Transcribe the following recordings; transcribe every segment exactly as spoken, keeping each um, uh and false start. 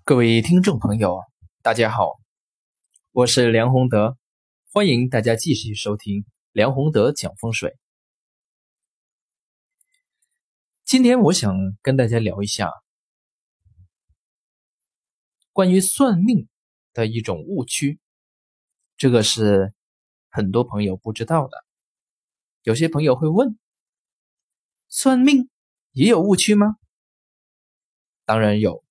各位听众朋友，大家好，我是梁宏德，欢迎大家继续收听梁宏德讲风水。今天我想跟大家聊一下关于算命的一种误区，这个是很多朋友不知道的。有些朋友会问，算命也有误区吗？当然有。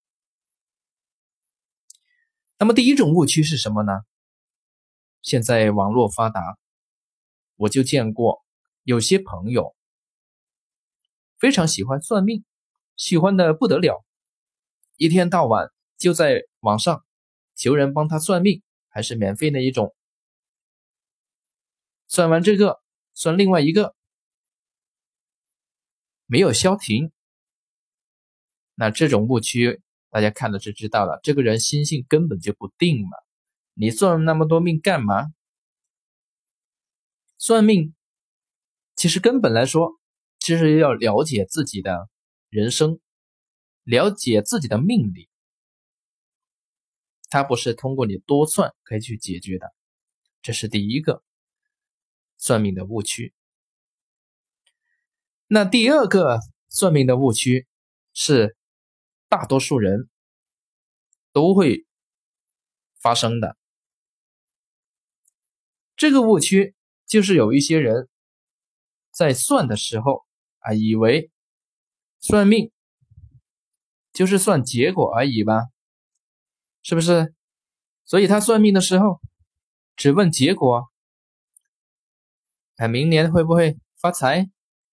那么第一种误区是什么呢？现在网络发达，我就见过有些朋友非常喜欢算命，喜欢的不得了，一天到晚就在网上求人帮他算命，还是免费的一种，算完这个算另外一个，没有消停。那这种误区大家看了就知道了，这个人心性根本就不定嘛，你算那么多命干嘛？算命其实根本来说，其实要了解自己的人生，了解自己的命理，它不是通过你多算可以去解决的，这是第一个算命的误区。那第二个算命的误区是大多数人都会发生的。这个误区就是有一些人在算的时候啊，以为算命就是算结果而已吧，是不是？所以他算命的时候只问结果，啊，明年会不会发财？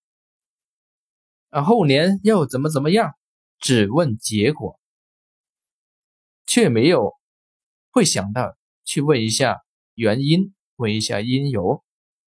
啊，后年又怎么怎么样？只问结果，却没有会想到去问一下原因，问一下因由。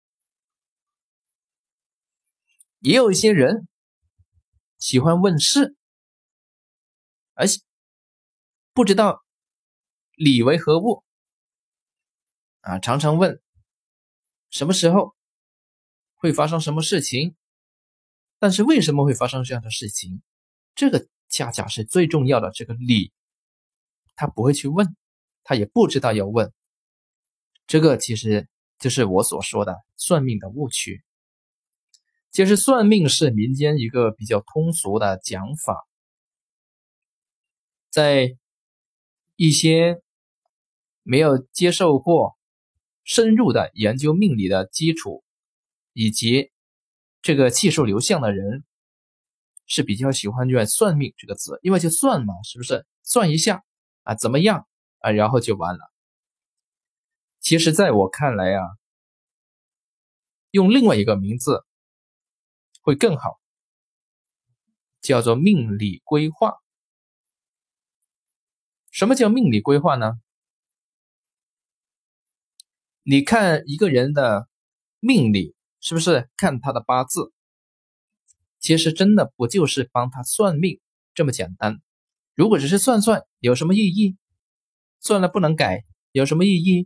也有一些人喜欢问事，而不知道理为何物啊，常常问什么时候会发生什么事情，但是为什么会发生这样的事情，这个恰恰是最重要的，这个理他不会去问，他也不知道要问，这个其实就是我所说的算命的误区。其实算命是民间一个比较通俗的讲法，在一些没有接受过深入的研究命理的基础，以及这个气数流向的人，是比较喜欢用算命这个词，因为就算嘛，是不是算一下啊，怎么样啊，然后就完了。其实在我看来啊，用另外一个名字会更好，叫做命理规划。什么叫命理规划呢？你看一个人的命理，是不是看他的八字？其实真的不就是帮他算命这么简单。如果只是算算，有什么意义？算了不能改，有什么意义？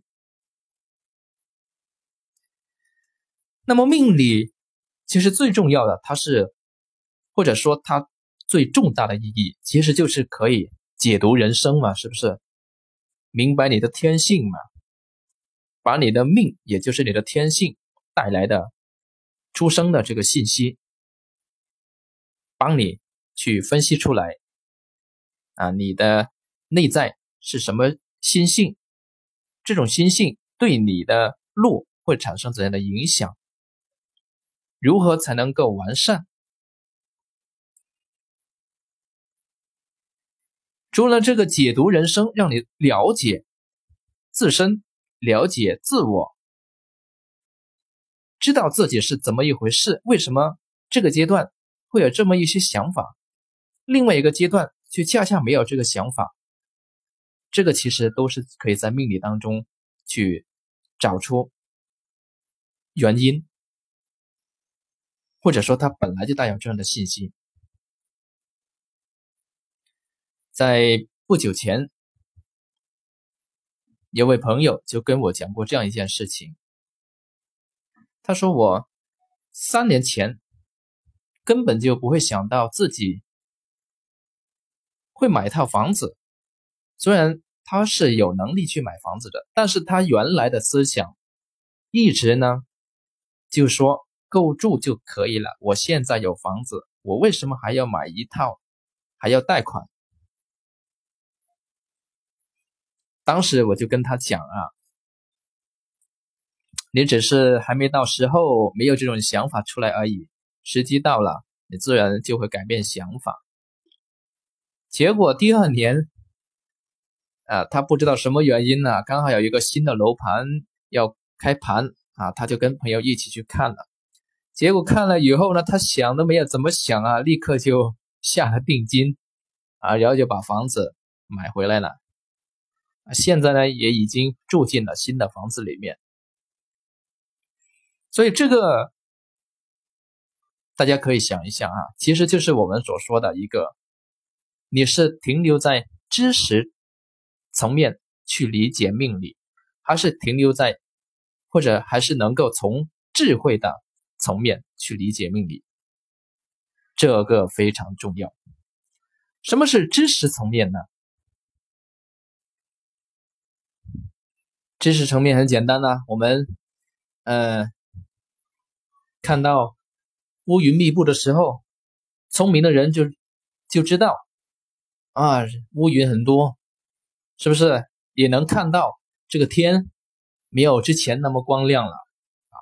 那么命理其实最重要的，它是或者说它最重大的意义，其实就是可以解读人生嘛，是不是？明白你的天性嘛，把你的命，也就是你的天性带来的出生的这个信息，帮你去分析出来啊，你的内在是什么心性，这种心性对你的路会产生怎样的影响，如何才能够完善。除了这个解读人生，让你了解自身，了解自我，知道自己是怎么一回事，为什么这个阶段会有这么一些想法，另外一个阶段却恰恰没有这个想法，这个其实都是可以在命理当中去找出原因，或者说它本来就带有这样的信息。在不久前，有位朋友就跟我讲过这样一件事情，他说我三年前根本就不会想到自己会买套房子， 虽然他是有能力去买房子的，但是他原来的思想一直呢就说够住就可以了，我现在有房子，我为什么还要买一套，还要贷款？当时我就跟他讲啊，你只是还没到时候，没有这种想法出来而已，时机到了，你自然就会改变想法。结果第二年啊，他不知道什么原因呢，刚好有一个新的楼盘要开盘啊，他就跟朋友一起去看了。结果看了以后呢，他想都没有怎么想啊，立刻就下了定金啊，然后就把房子买回来了。现在呢，也已经住进了新的房子里面。所以这个大家可以想一想啊，其实就是我们所说的一个，你是停留在知识层面去理解命理，还是停留在或者还是能够从智慧的层面去理解命理，这个非常重要。什么是知识层面呢？知识层面很简单啊，我们呃看到乌云密布的时候，聪明的人就就知道啊，乌云很多，是不是也能看到这个天没有之前那么光亮了啊？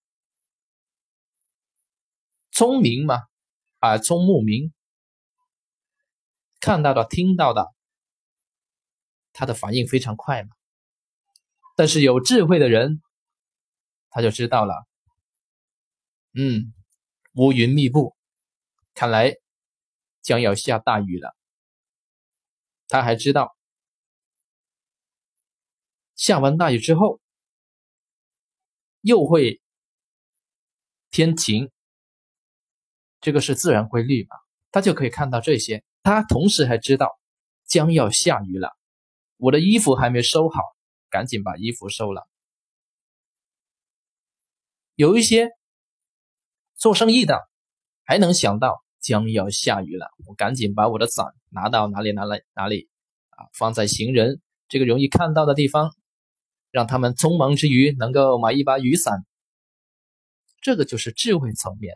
聪明嘛，啊，聪目明，看到的、听到的，他的反应非常快嘛。但是有智慧的人，他就知道了，嗯，乌云密布，看来将要下大雨了。他还知道，下完大雨之后，又会天晴，这个是自然规律嘛，他就可以看到这些。他同时还知道将要下雨了，我的衣服还没收好，赶紧把衣服收了。有一些做生意的还能想到将要下雨了，我赶紧把我的伞拿到哪里哪里哪里啊，放在行人这个容易看到的地方，让他们匆忙之余能够买一把雨伞。这个就是智慧层面。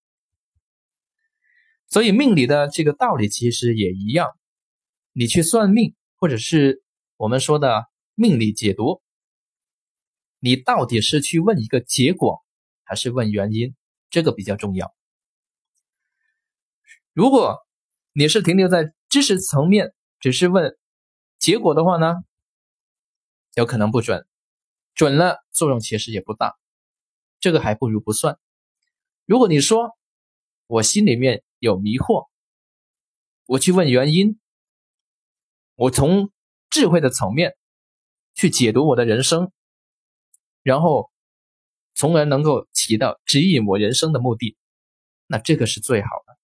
所以命理的这个道理其实也一样，你去算命或者是我们说的命理解读，你到底是去问一个结果还是问原因，这个比较重要。如果你是停留在知识层面，只是问结果的话呢，有可能不准，准了作用其实也不大，这个还不如不算。如果你说我心里面有迷惑，我去问原因，我从智慧的层面去解读我的人生，然后从而能够起到指引我人生的目的，那这个是最好的。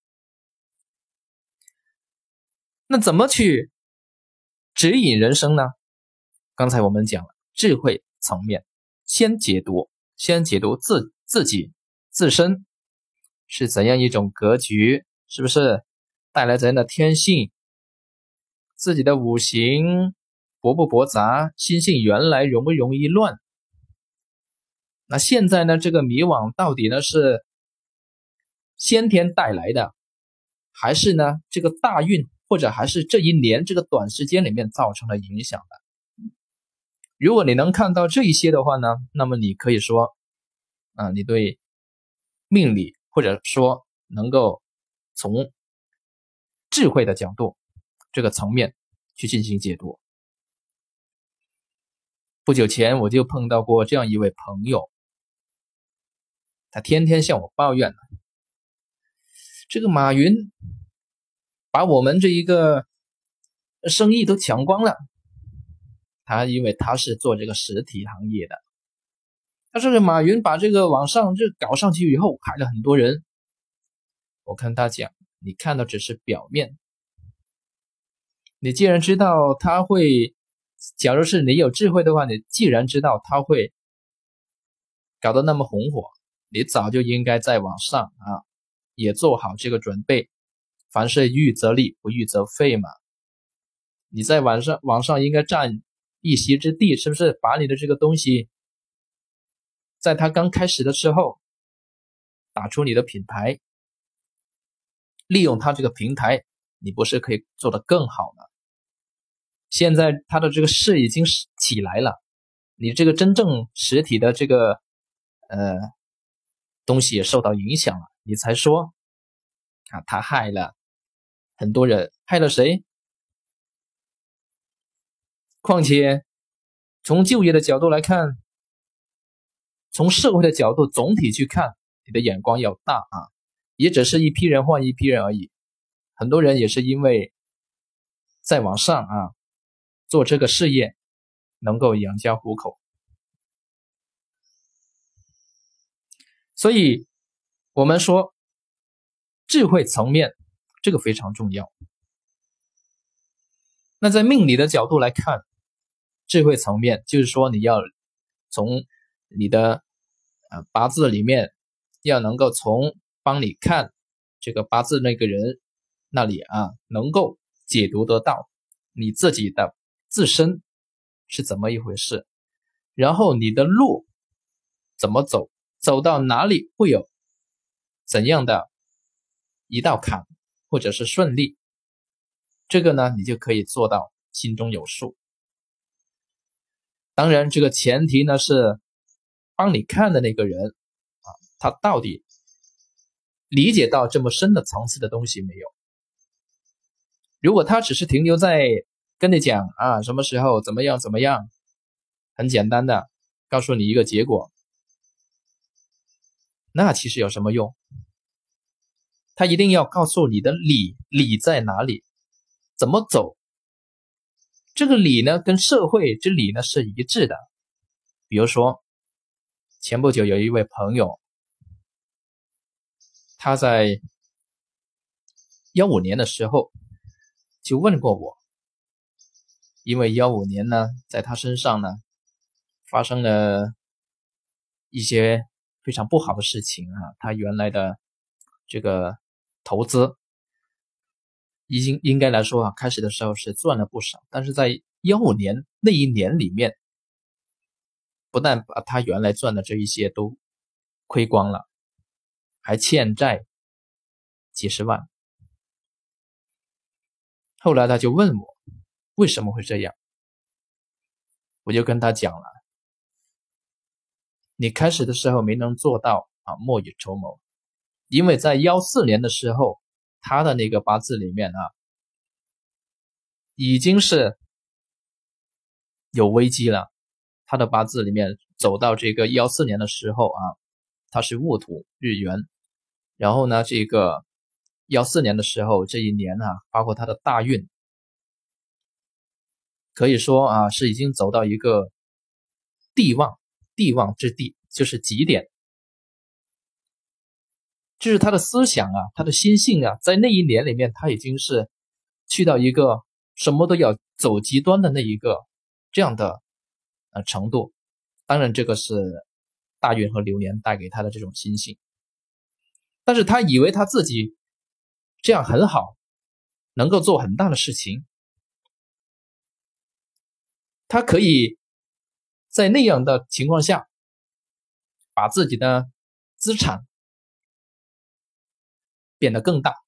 那怎么去指引人生呢？刚才我们讲了智慧层面，先解读，先解读自自己自身是怎样一种格局，是不是带来怎样的天性，自己的五行驳不驳杂，心性原来容不容易乱。那现在呢，这个迷惘到底呢是先天带来的，还是呢这个大运，或者还是这一年这个短时间里面造成了影响的？如果你能看到这一些的话呢，那么你可以说啊，你对命理或者说能够从智慧的角度这个层面去进行解读。不久前我就碰到过这样一位朋友，他天天向我抱怨，这个马云把我们这一个生意都抢光了。他因为他是做这个实体行业的，他说马云把这个网上这搞上去以后，害了很多人。我跟他讲，你看到只是表面，你既然知道他会，假如是你有智慧的话，你既然知道他会搞得那么红火，你早就应该在网上啊也做好这个准备，凡事预则立，不预则废嘛。 你在网上网上应该占一席之地，是不是？把你的这个东西在它刚开始的时候打出你的品牌，利用它这个平台，你不是可以做得更好吗？现在它的这个势已经起来了，你这个真正实体的这个呃东西也受到影响了，你才说啊，他害了很多人，害了谁？况且从就业的角度来看，从社会的角度总体去看，你的眼光要大啊，也只是一批人换一批人而已。很多人也是因为在网上啊做这个事业能够养家糊口，所以我们说智慧层面这个非常重要。那在命理的角度来看，智慧层面就是说你要从你的呃八字里面要能够从帮你看这个八字那个人那里啊能够解读得到你自己的自身是怎么一回事，然后你的路怎么走，走到哪里会有怎样的一道坎或者是顺利，这个呢你就可以做到心中有数。当然这个前提呢是帮你看的那个人啊，他到底理解到这么深的层次的东西没有。如果他只是停留在跟你讲啊什么时候怎么样怎么样，很简单的告诉你一个结果，那其实有什么用？他一定要告诉你的理，理在哪里，怎么走。这个理呢跟社会之理呢是一致的。比如说前不久有一位朋友，他在一五年的时候就问过我，因为一五年呢在他身上呢发生了一些非常不好的事情啊，他原来的这个投资已经应该来说啊，开始的时候是赚了不少，但是在一五年那一年里面，不但把他原来赚的这一些都亏光了，还欠债几十万。后来他就问我为什么会这样，我就跟他讲了，你开始的时候没能做到啊，未雨绸缪，因为在一四年的时候，他的那个八字里面啊，已经是有危机了。他的八字里面走到这个一四年的时候啊，他是戊土日元，然后呢，这个一四年的时候，这一年啊，包括他的大运，可以说啊，是已经走到一个地旺地旺之地，就是极点。就是他的思想啊，他的心性啊，在那一年里面，他已经是去到一个什么都要走极端的那一个这样的呃程度。当然，这个是大运和流年带给他的这种心性，但是他以为他自己这样很好，能够做很大的事情，他可以在那样的情况下，把自己的资产变得更大。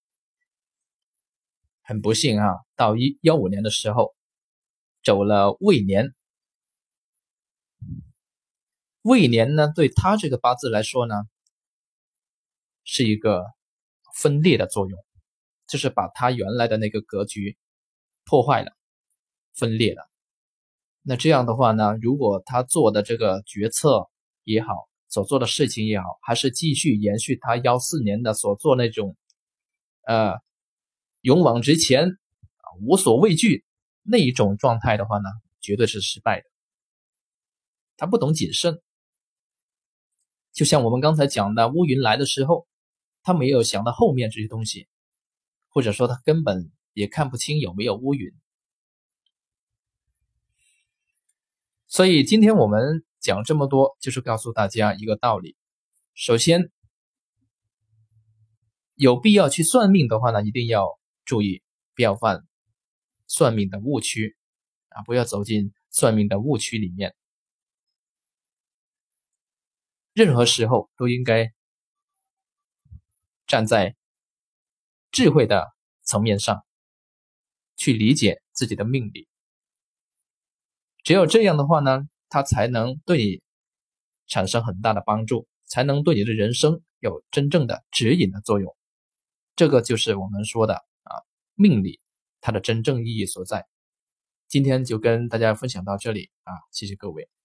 很不幸啊，到一一五年的时候，走了未年。未年呢，对他这个八字来说呢，是一个分裂的作用，就是把他原来的那个格局破坏了，分裂了。那这样的话呢，如果他做的这个决策也好，所做的事情也好，还是继续延续他一四年的所做那种呃勇往直前、无所畏惧那一种状态的话呢，绝对是失败的。他不懂谨慎，就像我们刚才讲的，乌云来的时候，他没有想到后面这些东西，或者说他根本也看不清有没有乌云。所以今天我们讲这么多，就是告诉大家一个道理。首先，有必要去算命的话呢，一定要注意，不要犯算命的误区啊，不要走进算命的误区里面。任何时候都应该站在智慧的层面上去理解自己的命理。只有这样的话呢，它才能对你产生很大的帮助，才能对你的人生有真正的指引的作用。这个就是我们说的啊，命理它的真正意义所在。今天就跟大家分享到这里啊，谢谢各位。